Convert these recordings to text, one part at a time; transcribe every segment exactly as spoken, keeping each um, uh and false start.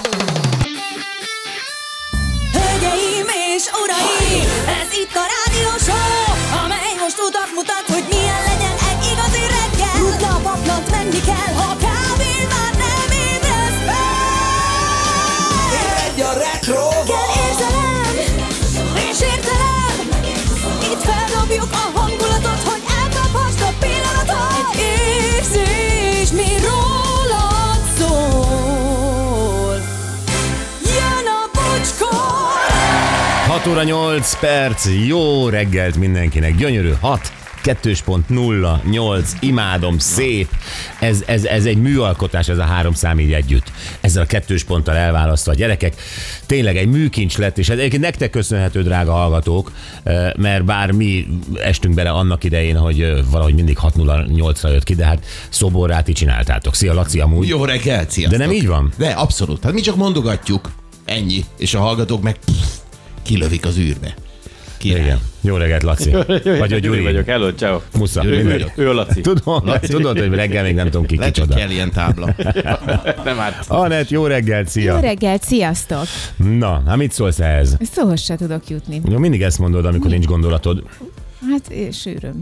Hölgyeim és uraim, ez itt a rádió show, amely most utat mutat, hogy milyen legyen egy igazi reggel. Rutna a paplant, menni kell, ha kávén már nem ébresz fel. Egy a retro. Kell érzelem, és értelem, itt feldobjuk a hangulatot, hogy elkaphast a pillanatot. Egy érzés, mi rólad szól. Jön a bocskor. hat óra nyolc perc, jó reggelt mindenkinek, gyönyörű hat, kettő pont nulla nyolc, imádom, szép. Ez, ez, ez egy műalkotás, ez a három szám így együtt. Ezzel a kettős ponttal elválasztva a gyerekek. Tényleg egy műkincs lett, és ez egyébként nektek köszönhető, drága hallgatók, mert bár mi estünk bele annak idején, hogy valahogy mindig hat nulla nyolcra jött ki, de hát szoborrát így csináltátok. Szia, Laci, amúgy. Jó reggelt, sziasztok. De nem így van? De abszolút. Hát mi csak mondogatjuk. Ennyi. És a hallgatók meg pff, kilövik az űrbe. Király. Igen. Jó reggelt, Laci. Vagy a Gyuri vagyok. Hello, ciao. Musza. Gyuri vagyok. Ő a Laci. Tudom, Laci. tudod, hogy reggel még nem tudom ki Lehet, kicsoda. hogy kell ilyen tábla. Nem árt. Anett, jó reggelt, szia. Jó reggelt, sziasztok! Na, hát mit szólsz ehhez? Szóhoz se tudok jutni. Jó, mindig ezt mondod, amikor nincs gondolatod. Hát én sűrűm.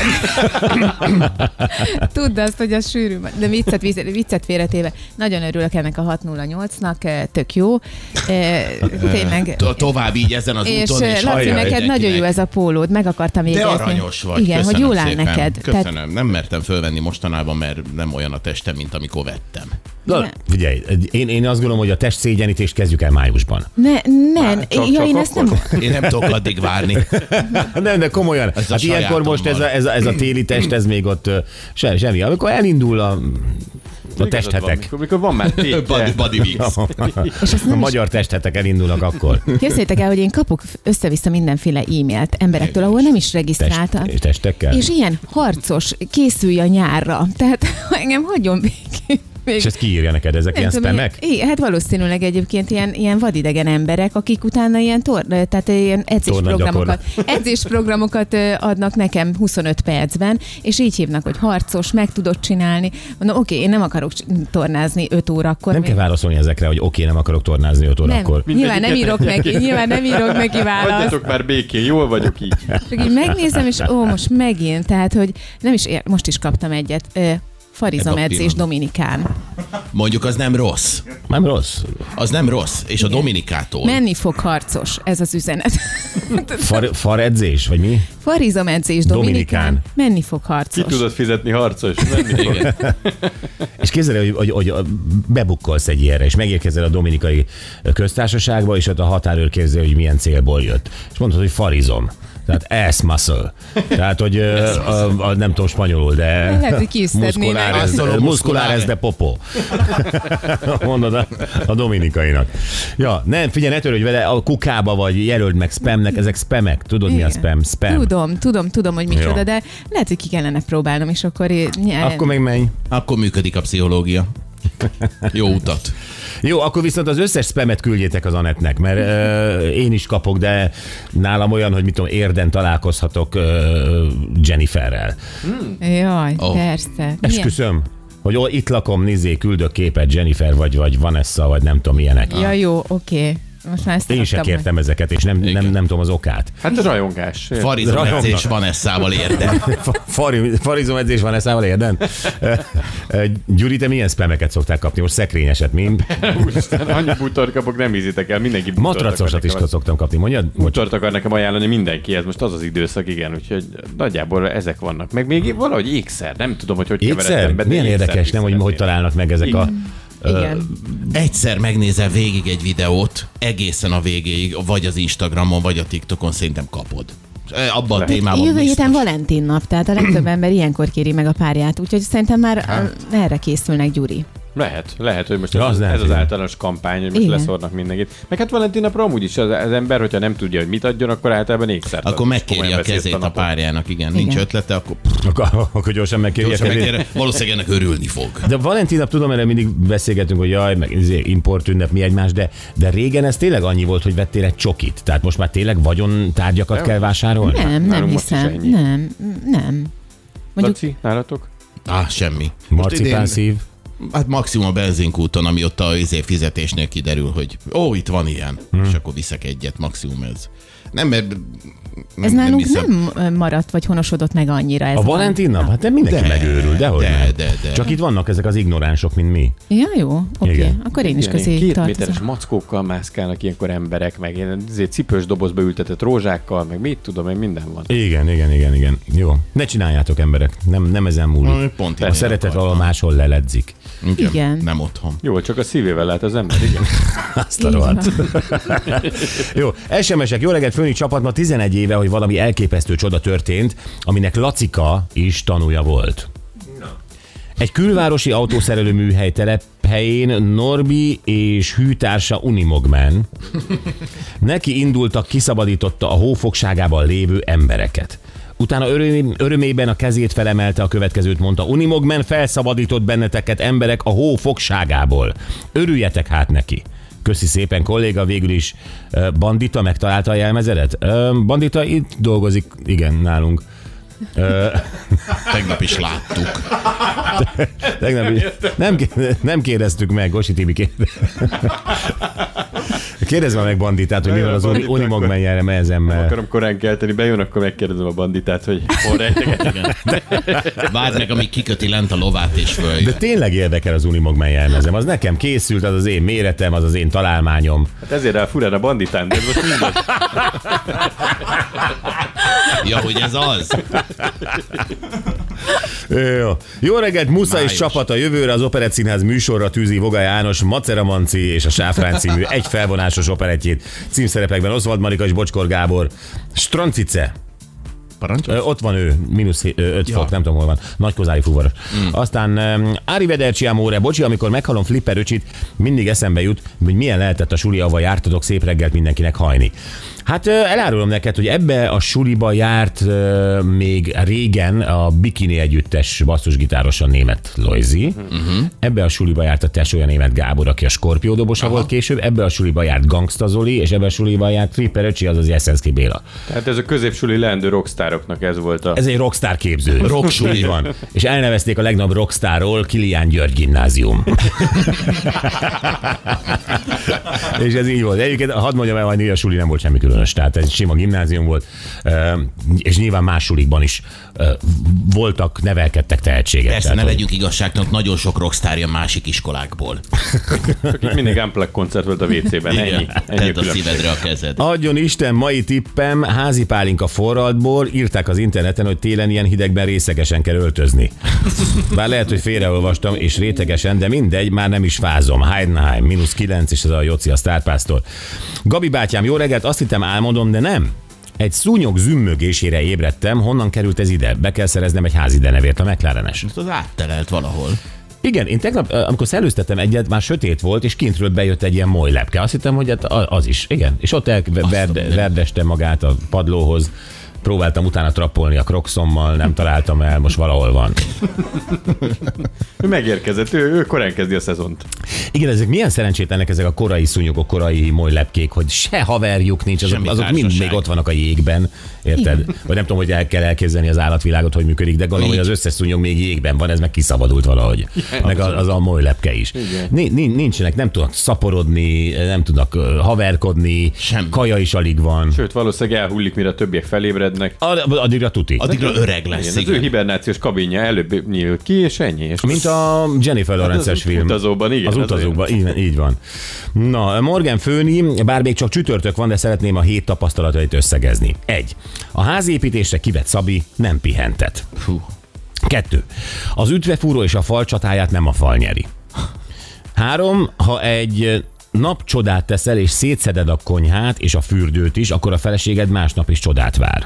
Tudd azt, hogy az sűrűm. De viccet, viccet félretéve. Nagyon örülök ennek a hat nulla nyolcnak, tök jó. Tényleg. To- Tovább így ezen az És úton. És Laci, hajrá neked nagyon jó ez a pólód, meg akartam De jegyezni. aranyos vagy. Igen, Köszönöm hogy jól áll szépen. neked. Köszönöm. Tehát, Nem mertem fölvenni mostanában, mert nem olyan a testem, mint amikor vettem. Na, Ne. figyelj, én, én azt gondolom, hogy a testzégyenítést kezdjük el májusban. ne, nem, Már csak- ja, csak én ezt nem... Én nem tudok addig várni. Nem, de komolyan. Ez a Hát ilyenkor most ez a, ez, a, ez a téli test, ez még ott ö, se, semmi. Amikor elindul a, a testhetek. Mikor, mikor van már tétje. Body, body mix. És azt A nem is magyar testhetek elindulnak akkor. Képzeljétek el, hogy én kapok össze-vissza mindenféle e-mailt emberektől, ahol nem is regisztráltam. Test, testekkel. És ilyen harcos, készülj a nyárra. Tehát engem hagyjon végig. És ezt kiírja neked, ezek ilyen tudom, spamek? ilyen- Igen, hát valószínűleg egyébként ilyen, ilyen vadidegen emberek, akik utána ilyen, tor, tehát ilyen edzésprogramokat, edzésprogramokat ö, adnak nekem huszonöt percben, és így hívnak, hogy harcos, meg tudod csinálni. Mondom, oké, én nem akarok c- tornázni öt órakor. Nem kell válaszolni ezekre, hogy oké, nem akarok tornázni öt nem, órakor. nyilván nem írok neki, nyilván nem írok neki választ. Hagyjatok már békén, jól vagyok így. Csak így megnézem, és ó, most megint, tehát, hogy nem is ér, most is kaptam egyet. Ö, Farizomedzés Dominikán. Mondjuk az nem rossz. Nem rossz. Az nem rossz. És a Dominikától. Menni fog harcos, ez az üzenet. Far, faredzés, vagy mi? Farizomedzés Dominikán. Dominikán. Menni fog Ki harcos. tudod fizetni harcos? Menni fog. Igen. És képzeld, hogy, hogy, hogy bebukkolsz egy ilyenre, és megérkezel a Dominikai Köztársaságba, és ott a határőr kérdezi, hogy milyen célból jött. És mondod, hogy farizom. Tehát ass muscle. Tehát, hogy a, a, a, nem tudom spanyolul, de Lehet, hogy kiszednének. musculáres, Musculo, musculáres de popo. Mondod a, a Dominikainak. Ja, nem, figyelj, ne törődj vele, a kukába vagy, jelöld meg spamnek, ezek spamek. Tudod, mi a Igen. spam? Spam. Tudom, tudom, tudom, hogy micsoda, Jó. de lehet, hogy ki kellene próbálnom, és akkor... Én, Akkor meg menj. Akkor működik a pszichológia. Jó utat. Jó, akkor viszont az összes spamet küldjétek az Anettnek, mert ö, én is kapok, de nálam olyan, hogy mit tudom, érden találkozhatok ö, Jenniferrel. Jaj, Oh. persze. Milyen? Esküszöm, hogy ó, itt lakom, nézzé, küldök képet Jennifer, vagy, vagy Vanessa, vagy nem tudom milyenek. Ja, jó, oké. Most már ezt Én sem raktam, kértem ezeket, és nem, nem, nem tudom az okát. Hát a rajongás. Farizomedzés van eszával érde. Fari, farizom edzés van eszával érden? Ö, ö, Gyuri, te milyen spameket szoktál kapni? Most szekrényeset, mi? Úristen, annyi bútort kapok, nem hizitek el. Mindenki bútort Matracosat akar is nekem. szoktam kapni, mondjad? Bútort akar nekem ajánlani mindenki, ez most az az időszak, igen, úgyhogy nagyjából ezek vannak. Meg még valahogy ékszer, nem tudom, hogy hogy Ékszer? keveredtem be. de Milyen ékszer érdekes, nem, hogy hogy szeretném. találnak meg ezek a... Igen. Egyszer megnézel végig egy videót, egészen a végéig, vagy az Instagramon, vagy a TikTokon, szerintem kapod. Abban a Lehet. témában Jövő héten biztos. Valentin nap, tehát a legtöbb ember ilyenkor kéri meg a párját, úgyhogy szerintem már hát. erre készülnek, Gyuri. Lehet, lehet, hogy most Ja, ez, az lehet, ez az igen. általános kampány, hogy most Igen. leszórnak mindenkit. Meg hát Valentin napra amúgy is az, az ember, hogyha nem tudja, hogy mit adjon, akkor általában ékszert ad. Akkor megkéri Komolyan a veszi ezt kezét a napot. párjának, igen. Igen. Nincs ötlete, akkor, Akkor, akkor gyorsan megkérje. gyorsan megkéri, valószínűleg ennek örülni fog. De Valentin nap tudom, erre mindig beszélgetünk, hogy jaj, meg izé, import ünnep, mi egymás, de, de régen ez tényleg annyi volt, hogy vettél egy csokit. Tehát most már tényleg vagyontárgyakat Nem. kell vásárolni? Nem, nem Nálunk most is hiszem. ennyi. Nem, nem. Mondjuk Laci, nálatok? Á, semmi. Most Marcipán idén szív. Hát maximum a benzinkúton, ami ott a izé fizetésnél kiderül, hogy ó, itt van ilyen, hmm. és akkor viszek egyet, maximum ez. Nem, mert... Nem, ez nálunk nem, nem maradt, vagy honosodott meg annyira. Ez a Valentin nap? Hát nem mindenki de, megőrül, dehogy de, nem. de, de. Csak itt vannak ezek az ignoránsok, mint mi. Ja, jó, oké. Okay. Akkor én is Igen, közé két tartozom. méteres mackókkal mászkálnak ilyenkor emberek, meg ilyen cipős dobozba ültetett rózsákkal, meg mit tudom, meg minden van. Igen, igen, igen, igen. Jó. Ne csináljátok, emberek. Nem, nem ezen múlik. Pont a szeretet valahol máshol leledzik. Igen, igen. Nem otthon. Jó, csak a szívével lát az ember, igen. Azt a rohadt. Jó, es em esek, jó reggelt, Főni csapat, ma tizenegy éve, hogy valami elképesztő csoda történt, aminek Lacika is tanúja volt. Egy külvárosi autószerelő műhely telephelyén Norbi és hűtársa Unimogman neki indultak, kiszabadította a hófogságában lévő embereket. Utána öröm, örömében a kezét felemelte, a következőt mondta: Unimogman felszabadított benneteket, emberek, a hó fogságából. Örüljetek hát neki. Köszi szépen, kolléga, végül is Bandita megtalálta a jelmezedet? Bandita itt dolgozik, igen, nálunk. Tegnap is láttuk. Tegnap is. Nem, nem kérdeztük meg, Gosi Tibi kérdez. Kérdezd már meg Banditát, hogy mi van az Unimogman jelmezemmel. Nem akarom korán kelteni, bejön, akkor megkérdezem a Banditát, hogy hol rejteget. Várj meg, amíg kiköti lent a lovát és följön. De tényleg érdekel az Unimogman jelmezem. Az nekem készült, az az én méretem, az az én találmányom. Hát ezért áll furán a Banditán, de ez most mindegy. Ja, hogy ez az? Jó. Jó reggelt, Musza Május. és csapata jövőre az Operett Színház műsorra tűzi Voga János, Macera Manci és a Sáfrán című egy felvonásos operettjét. Címszerepekben Oswald Marika és Bocskor Gábor. Strancice. Ö, ott van ő, mínusz öt ja. fok, nem tudom hol van. Nagykozári fuvaros. Mm. Aztán um, Arrivederci amore, bocsi, amikor meghallom Flipper öcsit, mindig eszembe jut, hogy milyen lehetett a suli, ahol jártatok, szép reggelt mindenkinek hajni. Hát elárulom neked, hogy ebbe a suliba járt uh, még régen a Bikini együttes basszusgitáros, a német Loizi. Uh-huh. Ebbe a suliba járt a tesója, német Gábor, aki a Skorpió dobosa Aha. volt később. Ebbe a suliba járt Gangsta Zoli, és ebbe a suliba járt Flipper öcsi, azaz Jeszenszky Béla. Tehát ez a középsuli leendő rockstároknak ez volt a... Ez egy rockstar képző. Rocksuli van. És elnevezték a legnagyobb rockstarról Kilián György gimnázium. És ez így volt. Egyébként hadd mondjam el, hogy a suli nem volt semmi különös. Tehát ez egy sima gimnázium volt, és nyilván más sulikban is voltak, nevelkedtek tehetségek. Persze, tehát, ne legyünk igazságtalanok, nagyon sok rockstar jön másik iskolákból. Csak itt mindig unplugged koncert volt a vé cében, ennyi. ennyi Tedd a szívedre a kezed. Adjon Isten, mai tippem, házi pálinka forradból, írták az interneten, hogy télen ilyen hidegben részegesen kell öltözni. Bár lehet, hogy félreolvastam, és rétegesen, de mindegy, már nem is fázom. Heidenheim, mínusz kilenc, és ez a Joci a Sztárpásztor. Gabi bátyám, jó reggelt, azt hittem álmodom, de nem. Egy szúnyog zümmögésére ébredtem, honnan került ez ide? Be kell szereznem egy házi denevért, a McLarenes. Most az áttelelt valahol. Igen, én tegnap, amikor szellőztettem egyet, már sötét volt, és kintről bejött egy ilyen moly lepke. Azt hittem, hogy hát az is. Igen, és ott elverdeste magát a padlóhoz. Próbáltam utána trappolni a Crocsommal, nem találtam el, most valahol van. Ő megérkezett, ő, ő korán kezdi a szezont. Igen, ezek milyen szerencsétlenek ezek a korai szúnyogok, korai molylepkék, hogy se haverjuk nincs, azok, azok mind még ott vannak a jégben, érted? Igen. Vagy nem tudom, hogy el kell elképzelni az állatvilágot, hogy működik, de gondolom, hogy az összes szúnyog még jégben van, ez meg kiszabadult valahogy. Igen, meg az, az a molylepke is. Nincsenek, nem tudnak szaporodni, nem tudnak haverkodni, Sem. kaja is alig van. Sőt, valószínűleg elhullik, mire a többiek felébrednek. Addigra tuti. Addigra öreg lesz. Igen, az ő hibernációs kabinja előbb nyíl ki, és ennyi. És mint a Jennifer Lawrence-es film. Utazóban, igen. Az utazóban, így, így van. Na, Morgan Főni, bár még csak csütörtök van, de szeretném a hét tapasztalatait összegezni. Egy. A házépítésre kivett Szabi nem pihentet. Fú. Kettő. Az ütvefúró és a fal csatáját nem a fal nyeri. Három. Ha egy napcsodát teszel, és szétszeded a konyhát és a fürdőt is, akkor a feleséged másnap is csodát vár.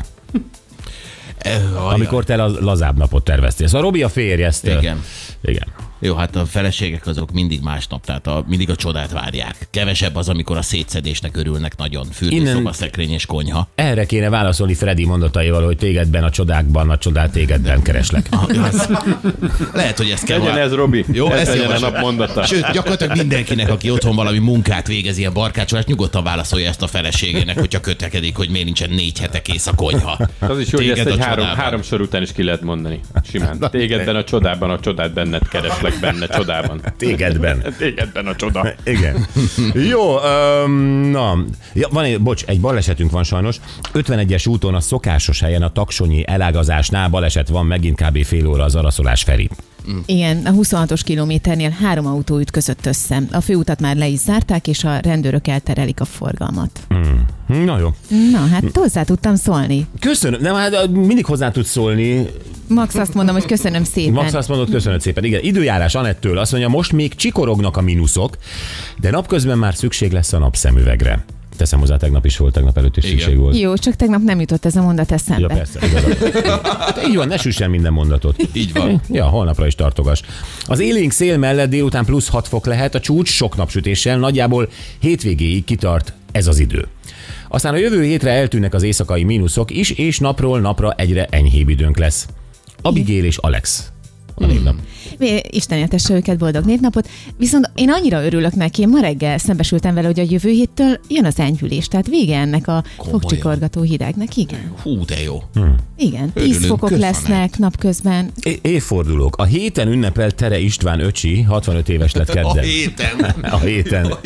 Amikor te lazább napot terveztél. Szóval Robi a férj ezt. Igen. Igen. Jó, hát a feleségek azok mindig másnap, tehát a, mindig a csodát várják. Kevesebb az, amikor a szétszedésnek örülnek nagyon. Fürdőszoba, szekrény és konyha. Erre kéne válaszolni Freddy mondataival, hogy tégedben a csodákban, a csodát tégedben kereslek. Ah, az... Lehet, hogy ez kell. Legyen ez, Robi. Jó, ez legyen a nap mondata. Sőt, gyakorlatilag mindenkinek, aki otthon valami munkát végez, ilyen barkácsolást, nyugodtan válaszolja ezt a feleségének, hogyha kötekedik, hogy miért nincsen négy hete kész a konyha. Az is jó, hogy ezt egy három, három sor után is ki lehet mondani. Simán. Tégedben a csodában, a csodát benned kereslek. vagy benne csodában. Tégedben. Tégedben a csoda. Igen. Jó, um, na, ja, van egy, bocs, egy balesetünk van sajnos. ötvenegyes úton a szokásos helyen a taksonyi elágazásnál baleset van, megint kb. Fél óra az araszolás felé. Igen, a huszonhatos kilométernél három autó ütközött össze. A főutat már le is zárták, és a rendőrök elterelik a forgalmat. Mm. Na jó. Na, hát hozzá tudtam szólni. Köszönöm, nem, hát mindig hozzá tudsz szólni. Max azt mondom, hogy köszönöm szépen. Max azt mondod, köszönöm szépen. Igen, időjárás Anettől azt mondja, most még csikorognak a mínuszok, de napközben már szükség lesz a napszemüvegre. Teszem hozzá, tegnap is volt, tegnap előtt is szükség volt. Jó, csak tegnap nem jutott ez a mondat eszembe. Ja, persze, igazad. Így van, ne süssen minden mondatot. Így van. Ja, holnapra is tartogas. Az élénk szél mellett délután plusz hat fok lehet, a csúcs sok napsütéssel, nagyjából hétvégéig kitart ez az idő. Aztán a jövő hétre eltűnnek az éjszakai mínuszok is, és napról napra egyre enyhébb időnk lesz. Abigail és Alex. A névnap. Isten éltesse őket, boldog névnapot. Viszont én annyira örülök neki, én ma reggel szembesültem vele, hogy a jövő héttől jön az enyhülés, tehát vége ennek a fogcsikorgató hidegnek. Igen. Hú, de jó. Hmm. Igen, tíz Örülünk, fokok köszönet. lesznek napközben. É- évfordulók. A héten ünnepel Tere István öcsi, hatvanöt éves lett kedden. A héten. A héten.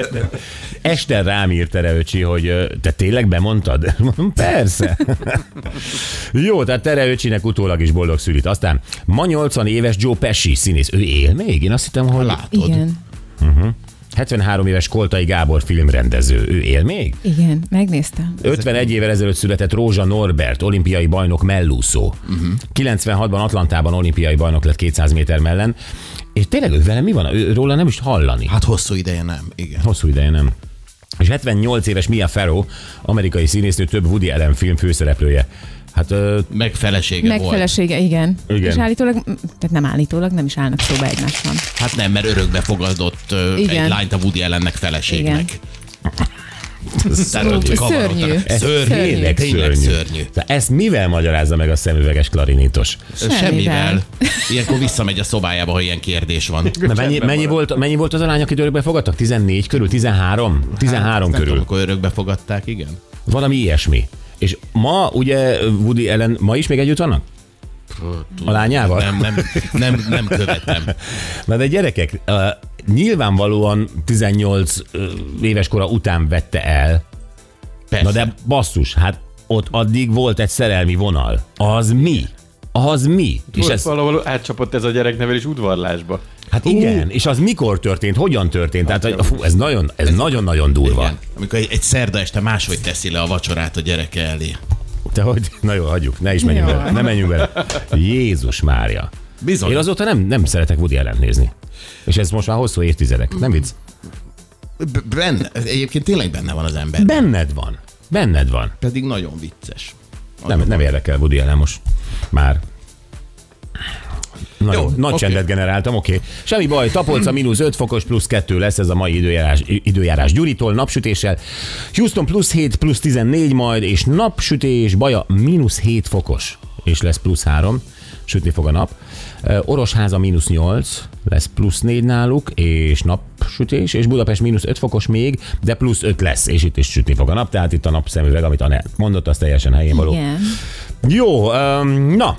Este rám írt Tere öcsi, hogy ö, te tényleg bemondtad? Persze. Jó, tehát Tere öcsinek utólag is boldog szülit. Aztán ma nyolcvan éves Joe Pesci színész. Ő él még? Én azt hittem, hogy... Látod. Igen. Uh-huh. hetvenhárom éves Koltai Gábor filmrendező. Ő él még? Igen, megnéztem. ötvenegy évvel ezelőtt született Rózsa Norbert, olimpiai bajnok mellúszó. Uh-huh. kilencvenhatban Atlantában olimpiai bajnok lett kétszáz méter mellen. És tényleg ő vele mi van? Ő, róla nem is hallani. Hát hosszú ideje nem, igen. Hosszú ideje nem. És hetvennyolc éves Mia Farrow, amerikai színésznő, több Woody Allen film főszereplője. Hát, ö, Meg felesége volt. Megfelesége, igen. Igen. És állítólag, tehát nem állítólag, nem is állnak szóba egymással. Hát nem, mert örökbe fogadott ö, Igen. egy lányt a Woody Allennek feleségnek. Tehát, hogy Szörnyű. kavarodtak. ez Szörnyű. tényleg Tényleg szörnyű. szörnyű. Tehát ezt mivel magyarázza meg a szemüveges klarinétos? Semmivel. Semmivel. Ilyenkor visszamegy a szobájába, ha ilyen kérdés van. Na, mennyi, mennyi, volt, mennyi volt az a lány, akit örökbe fogadtak? tizennégy körül? tizenhárom? tizenhárom Nem körül. tudom, akkor örökbe fogadták, igen. Valami ilyesmi. És ma ugye Woody Allen, ma is még együtt vannak? A lányával? Nem, nem, nem, nem követem. Na de gyerekek, uh, nyilvánvalóan tizennyolc uh, éves kora után vette el. Persze. Na de basszus, hát ott addig volt egy szerelmi vonal. Az mi? Az mi? És És ez, valahol átcsapott ez a gyereknevelés udvarlásba. hát igen, és az mikor történt, hogyan történt? Tehát, hogy, fú, ez nagyon, ez nagyon-nagyon durva. Igen. Amikor egy, egy szerda este máshogy teszi le a vacsorát a gyereke elé. Te hogy? Na jó, hagyjuk, ne is menjünk Jaj. bele. Ne menjünk bele. Jézus Mária. Bizony. Én azóta nem, nem szeretek Woody Allent nézni. És ez most már hosszú évtizedek. Nem vicc? B- benne, egyébként tényleg benne van az ember. Benned van. Benned van. Pedig nagyon vicces. Nem, nem érdekel Woody Allen most. Már. Na jó, Jó, nagy oké. csendet generáltam, oké. Okay. Semmi baj, Tapolca mínusz öt fokos, plusz kettő lesz ez a mai időjárás, időjárás Gyuritól, napsütéssel. Houston plusz hét, plusz tizennégy majd, és napsütés, Baja mínusz hét fokos, és lesz plusz három, sütni fog a nap. Orosháza mínusz nyolc, lesz plusz négy náluk, és napsütés, és Budapest mínusz öt fokos még, de plusz öt lesz, és itt is sütni fog a nap, tehát itt a napszemüveg, amit Anne mondott, az teljesen helyén való. Igen. Jó, um, na,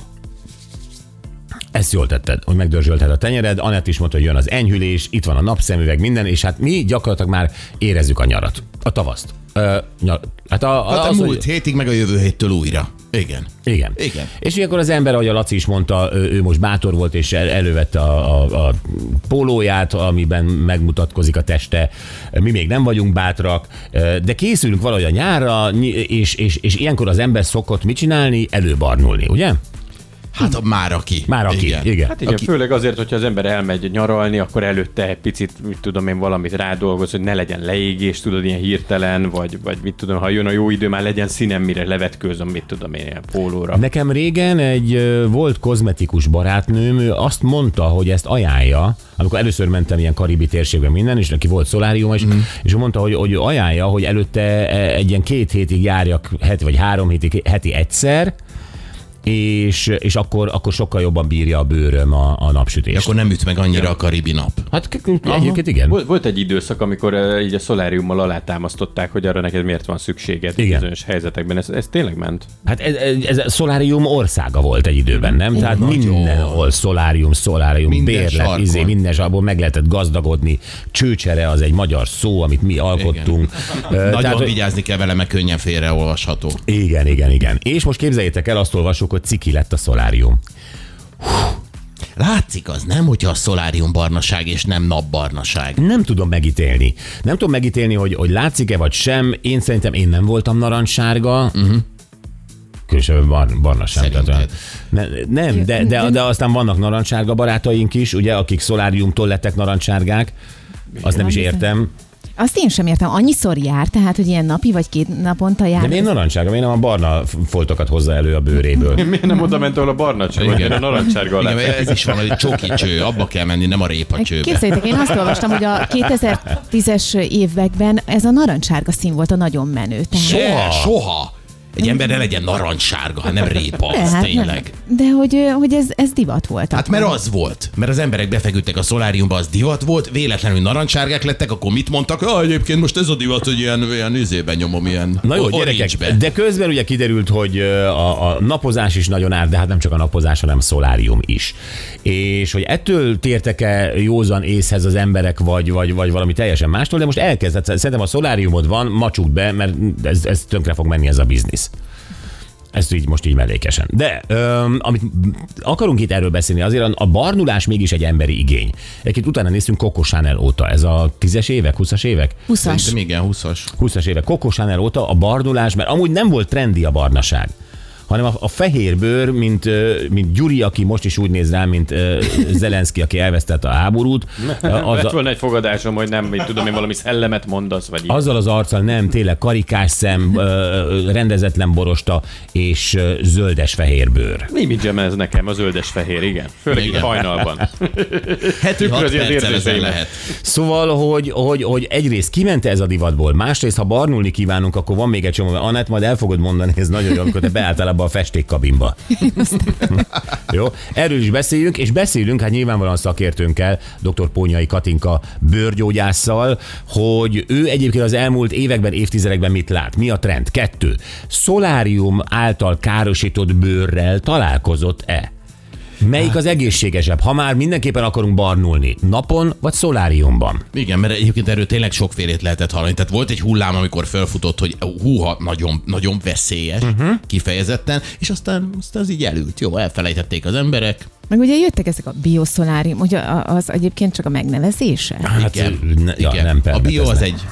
ezt jól tetted, hogy megdörzsölted a tenyered. Anett is mondta, hogy jön az enyhülés, itt van a napszemüveg, minden, és hát mi gyakorlatilag már érezzük a nyarat, a tavaszt. Ö, nyar, hát a, Hát a az, múlt hogy, hétig, meg a jövő héttől újra. Igen. igen. Igen. És ilyenkor az ember, ahogy a Laci is mondta, ő, ő most bátor volt, és el, elővette a, a, a pólóját, amiben megmutatkozik a teste. Mi még nem vagyunk bátrak, de készülünk valahogy a nyárra, és, és, és ilyenkor az ember szokott mit csinálni? Előbarnulni, ugye? Hát már aki. Már aki, igen. igen. Hát igen, Aki- főleg azért, hogyha az ember elmegy nyaralni, akkor előtte egy picit, mit tudom én, valamit rádolgoz, hogy ne legyen leégés, tudod, ilyen hirtelen, vagy, vagy mit tudom, ha jön a jó idő, már legyen színem, mire levetkőzöm, mit tudom én, ilyen pólóra. Nekem régen egy ö, volt kozmetikus barátnőm, ő azt mondta, hogy ezt ajánlja, amikor először mentem ilyen karibi térségben minden, és neki volt szolárium is, mm. és ő mondta, hogy, hogy ajánlja, hogy előtte egy ilyen két hétig járjak, heti vagy három hétig, heti egyszer, és, és akkor, akkor sokkal jobban bírja a bőröm a, a napsütést. Akkor nem üt meg annyira ja. a karibi nap. Hát egyébként igen. Volt, volt egy időszak, amikor uh, így a szoláriummal alátámasztották, hogy arra neked miért van szükséged igen. bizonyos helyzetekben. Ez, ez tényleg ment? Hát ez, ez a szolárium országa volt egy időben, nem? Oh, tehát mindenhol szolárium, szolárium, minden bérlet, izé, minden abból meg lehetett gazdagodni. Csőcsere az egy magyar szó, amit mi alkottunk. Uh, Nagyon tehát, vigyázni kell vele, mert könnyen félreolvasható. Igen, igen, igen. És most képzeljétek el, azt olvasok, hogy ciki lett a szolárium. Látszik az, nem, hogyha a szolárium barnaság és nem napbarnaság. Nem tudom megítélni. Nem tudom megítélni, hogy, hogy látszik-e vagy sem. Én szerintem én nem voltam narancssárga. Uh-huh. Különösen bar, barna sem. Tehát, ne, nem, de, de, de aztán vannak narancssárga barátaink is, ugye, akik szoláriumtól lettek narancssárgák. Azt nem is értem. Azt én sem értem. Annyiszor jár, tehát, hogy ilyen napi vagy két naponta jár. De miért narancssárga? Miért nem a barna foltokat hozza elő a bőréből? Miért nem oda ment, ahol a barna cső, vagy a narancssárga alá? Igen, ez is van, hogy csoki cső, abba kell menni, nem a répa csőbe. Képzeljétek, én azt olvastam, hogy a kétezer-tízes években ez a narancssárga szín volt a nagyon menő. Tehát... Soha, soha! Egy ember ne legyen narancssárga, hanem répa, az hát tényleg. Nem. De hogy, hogy ez, ez divat volt. Hát akkor. mert az volt. Mert az emberek befeküdtek a szoláriumba, az divat volt, véletlenül narancssárgák lettek, akkor mit mondtak? Ah, egyébként most ez a divat, hogy ilyen, ilyen izében nyomom, ilyen na jó, gyerekek, de közben ugye kiderült, hogy a, a napozás is nagyon árt, de hát nem csak a napozás, hanem a szolárium is. És hogy ettől tértek-e józan észhez az emberek, vagy, vagy, vagy valami teljesen mástól, de most elkezdett. Szerintem a szoláriumod van, macsuk be, mert ez, ez tönkre fog menni ez a biznisz. Ezt így most így mellékesen. De öm, amit akarunk itt erről beszélni, azért a barnulás mégis egy emberi igény. Egyébként utána néztünk Coco Chanel óta, ez a tízes évek, húszas évek? húszas. Szerintem igen, húszas. húszas évek. Coco Chanel óta a barnulás, mert amúgy nem volt trendi a barnaság, hanem a, a fehér bőr, mint, mint Gyuri, aki most is úgy néz rá, mint Zelenszky, aki elvesztette a háborút. Az Lett volna egy fogadásom, hogy nem, mit tudom én, valami szellemet mondasz, vagy így. Azzal az arccal nem, tényleg karikás szem, rendezetlen borosta és zöldes fehér bőr. Image-em ez nekem, a zöldes-fehér, igen. Főleg igen. Így hajnalban. heti hat perccel ezen lehet. Szóval, hogy, hogy, hogy egyrészt kiment ez a divatból, másrészt, ha barnulni kívánunk, akkor van még egy csomó. Anett, majd el fogod mondani, ez nagyon jó, amikor te beálltál a festékkabinba. Jó, erről is beszéljünk, és beszélünk, hát nyilvánvalóan szakértőnkkel, dr. Pónyai Katinka bőrgyógyásszal, hogy ő egyébként az elmúlt években, évtizedekben mit lát? Mi a trend? Kettő. Szolárium által károsított bőrrel találkozott-e? Melyik az egészségesebb, ha már mindenképpen akarunk barnulni? Napon vagy szoláriumban? Igen, mert egyébként erről tényleg sokfélét lehetett hallani. Tehát volt egy hullám, amikor felfutott, hogy húha, nagyon, nagyon veszélyes, uh-huh. kifejezetten, és aztán, aztán az így elült. Jó, elfelejtették az emberek. Meg ugye jöttek ezek a bioszolárium, ugye az egyébként csak a megnevezése? Hát, igen, ne, ja, igen. nem a bio az egy...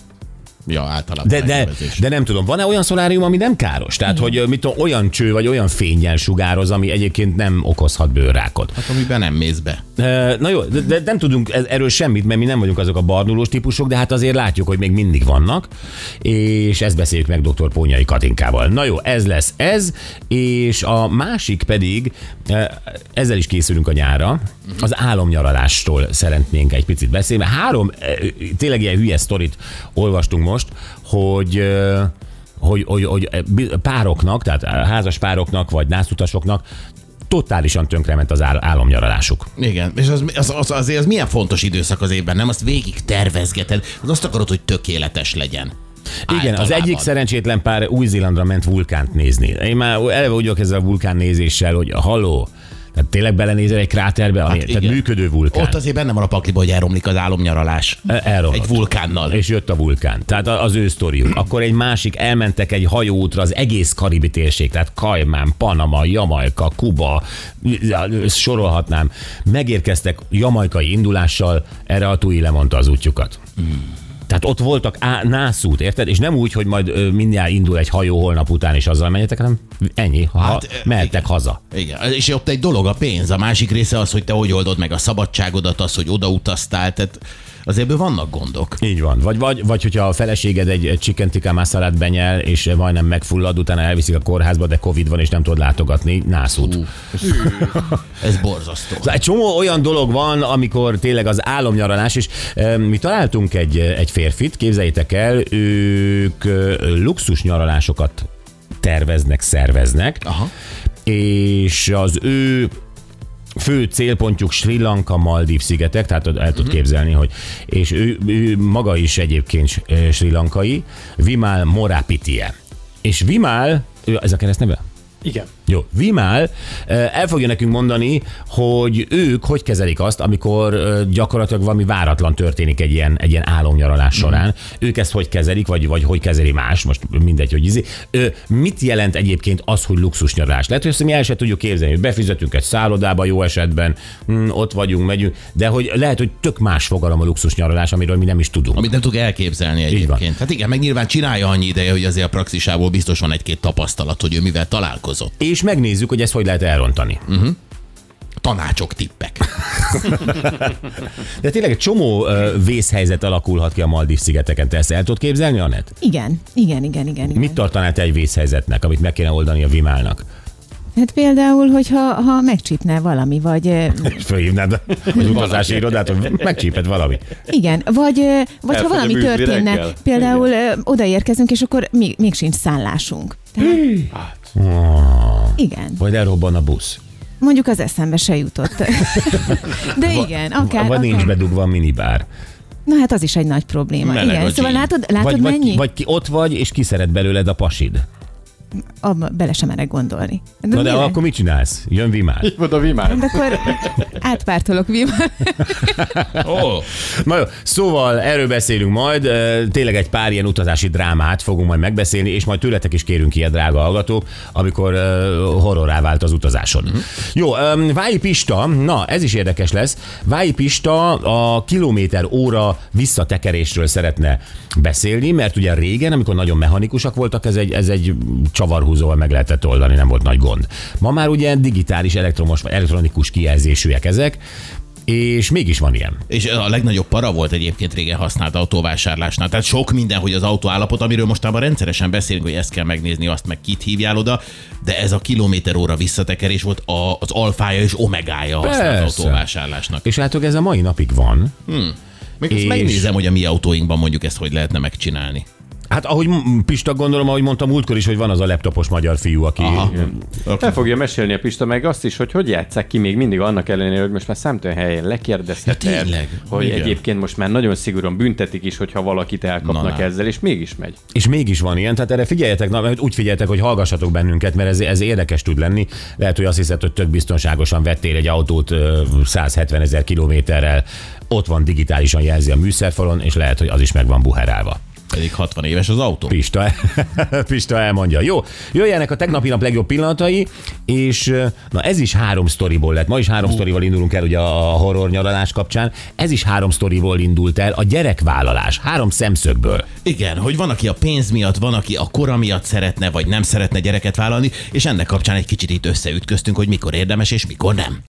Ja, általában. De, de, de nem tudom, van-e olyan szolárium, ami nem káros? Tehát, hogy mit tudom, olyan cső vagy olyan fénnyel sugároz, ami egyébként nem okozhat bőrrákot. Hát amiben nem mész be. Na jó, de, de nem tudunk erről semmit, mert mi nem vagyunk azok a barnulós típusok, de hát azért látjuk, hogy még mindig vannak, és ezt beszéljük meg dr. Pónyai Katinkával. Na jó, ez lesz ez, és a másik pedig, ezzel is készülünk a nyárra, az álomnyaralástól szeretnénk egy picit beszélni, mert három tényleg ilyen hülye sztorit olvastunk most, hogy, hogy, hogy, hogy pároknak, tehát házas pároknak, vagy nászutasoknak totálisan tönkrement az álomnyaralásuk. Igen, és az, az, az, azért az milyen fontos időszak az évben, nem? Azt végig tervezgeted, az azt akarod, hogy tökéletes legyen. Igen, általában. Az egyik szerencsétlen pár Új-Zélandra ment vulkánt nézni. Én már eleve úgy vagyok ezzel a vulkán nézéssel, hogy halló, tehát tényleg belenézel egy kráterbe, ami, hát tehát működő vulkán. Ott azért benne van a pakliba, hogy elromlik az álomnyaralás. Elromlott. Egy vulkánnal. És jött a vulkán. Tehát az ő sztoriuk. Akkor egy másik, elmentek egy hajóútra az egész karibi térség, tehát Kajmán, Panama, Jamajka, Kuba, sorolhatnám. Megérkeztek jamaikai indulással, erre a Tui lemondta az útjukat. Hmm. Tehát ott voltak á, nászút, érted? És nem úgy, hogy majd ö, mindjárt indul egy hajó holnap után, és azzal menjetek, hanem ennyi, ha hát, mehettek igen. haza. Igen, és ott egy dolog a pénz, a másik része az, hogy te hogy oldod meg a szabadságodat, az, hogy odautaztál, tehát azért ebből vannak gondok. Így van. Vagy, vagy, vagy hogyha a feleséged egy, egy chicken tikka masalát benyel, és majdnem megfullad, utána elviszik a kórházba, de Covid van, és nem tudod látogatni, nászút. Uh, ez borzasztó. Egy csomó olyan dolog van, amikor tényleg az álomnyaralás, és e, mi találtunk egy, egy férfit, képzeljétek el, ők luxus nyaralásokat terveznek, szerveznek, aha. és az ő fő célpontjuk Sri Lanka, Maldív szigetek, tehát el tud uh-huh. képzelni, hogy és ő, ő maga is egyébként sri lankai, Vimal Morapitiya. És Vimal, ez a keresztneve? Igen. Jó, Vimal el fogja nekünk mondani, hogy ők hogy kezelik azt, amikor gyakorlatilag valami váratlan történik egy ilyen, egy ilyen álomnyaralás során. Mm. Ők ezt hogy kezelik, vagy, vagy hogy kezeli más, most mindegy, hogy izé. Mit jelent egyébként az, hogy luxusnyaralás? Lehet, hogy ezt mi el sem tudjuk képzelni, hogy befizetünk egy szállodába jó esetben, hm, ott vagyunk, megyünk, de hogy lehet, hogy tök más fogalom a luxusnyaralás, amiről mi nem is tudunk. Amit nem tudunk elképzelni egyébként. Hát igen, meg nyilván csinálja annyi ideje, hogy azért a praxisából biztos van egy-két tapasztalat, hogy ő mivel találkozott. És megnézzük, hogy ezt hogy lehet elrontani. Uh-huh. Tanácsok, tippek. De tényleg egy csomó uh, vészhelyzet alakulhat ki a Maldív szigeteken. Te ezt el tudod képzelni, Anett? Igen, igen, igen, igen. igen. Mit tartanál te egy vészhelyzetnek, amit meg kéne oldani a Vimalnak? Hát például, hogyha ha megcsípne valami, vagy... És fölhívnád az utazási irodát, hogy megcsíped valami. Igen, vagy, vagy ha valami történne, reggel. Például igen. Odaérkezünk, és akkor még, még sincs szállásunk. Tehát... Oh. Igen. Vagy elrobban a busz. Mondjuk az eszembe se jutott. De igen, akár... Vagy akár... nincs bedugva a minibár. Na hát az is egy nagy probléma. Meleg igen, szóval látod, látod vagy, mennyi? Vagy, vagy ki ott vagy, és kiszeret belőled a pasid. Abba bele sem merek gondolni. De Na de mi akkor mit csinálsz? Jön Vimal. Hívod a Vimál. De akkor átpártolok Vimal. Oh. Na jó, szóval erről beszélünk majd, tényleg egy pár ilyen utazási drámát fogunk majd megbeszélni, és majd tőletek is kérünk ilyet, drága hallgatók, amikor horrorrá vált az utazásod. Uh-huh. Jó, Vályi Pista, na ez is érdekes lesz. Vályi Pista a kilométer óra visszatekerésről szeretne beszélni, mert ugye régen, amikor nagyon mechanikusak voltak, ez egy, ez egy csavarhúzóval meg lehetett oldani, nem volt nagy gond. Ma már ugye digitális, elektromos vagy elektronikus kijelzésűek ezek, és mégis van ilyen. És a legnagyobb para volt egyébként régen használt autóvásárlásnál. Tehát sok minden, hogy az autó állapot, amiről mostában rendszeresen beszélünk, hogy ezt kell megnézni, azt meg kit hívjál oda, de ez a kilométer óra visszatekerés volt az alfája és omegája használt autóvásárlásnak. És hát ez a mai napig van. Hmm. Még és... azt megnézem, hogy a mi autóinkban mondjuk ezt hogy lehetne megcsinálni. Hát ahogy Pista, gondolom, ahogy mondtam múltkor is, hogy van az a laptopos magyar fiú, aki... Okay. El fogja mesélni a Pista meg azt is, hogy hogy játsszák ki még mindig annak ellenére, hogy most már számtalan helyen lekérdezheted, ja, hogy igen. Egyébként most már nagyon szigorúan büntetik is, hogyha valakit elkapnak na, ezzel, és mégis megy. És mégis van ilyen, tehát erre figyeljetek, na, úgy figyeljetek, hogy hallgassatok bennünket, mert ez, ez érdekes tud lenni. Lehet, hogy azt hiszed, hogy tök biztonságosan vettél egy autót száz hetven ezer kilométerrel, ott van digitálisan jelzi a műszerfalon, és lehet, hogy az is meg van buherálva. Pedig hatvan éves az autó. Pista, Pista elmondja. Jó, jöjjenek a tegnapi nap legjobb pillanatai, és na ez is három sztoriból lett. Ma is három uh. sztorival indulunk el ugye a horror nyaralás kapcsán. Ez is három sztoriból indult el, a gyerekvállalás, három szemszögből. Igen, hogy van, aki a pénz miatt, van, aki a kora miatt szeretne, vagy nem szeretne gyereket vállalni, és ennek kapcsán egy kicsit itt összeütköztünk, hogy mikor érdemes és mikor nem.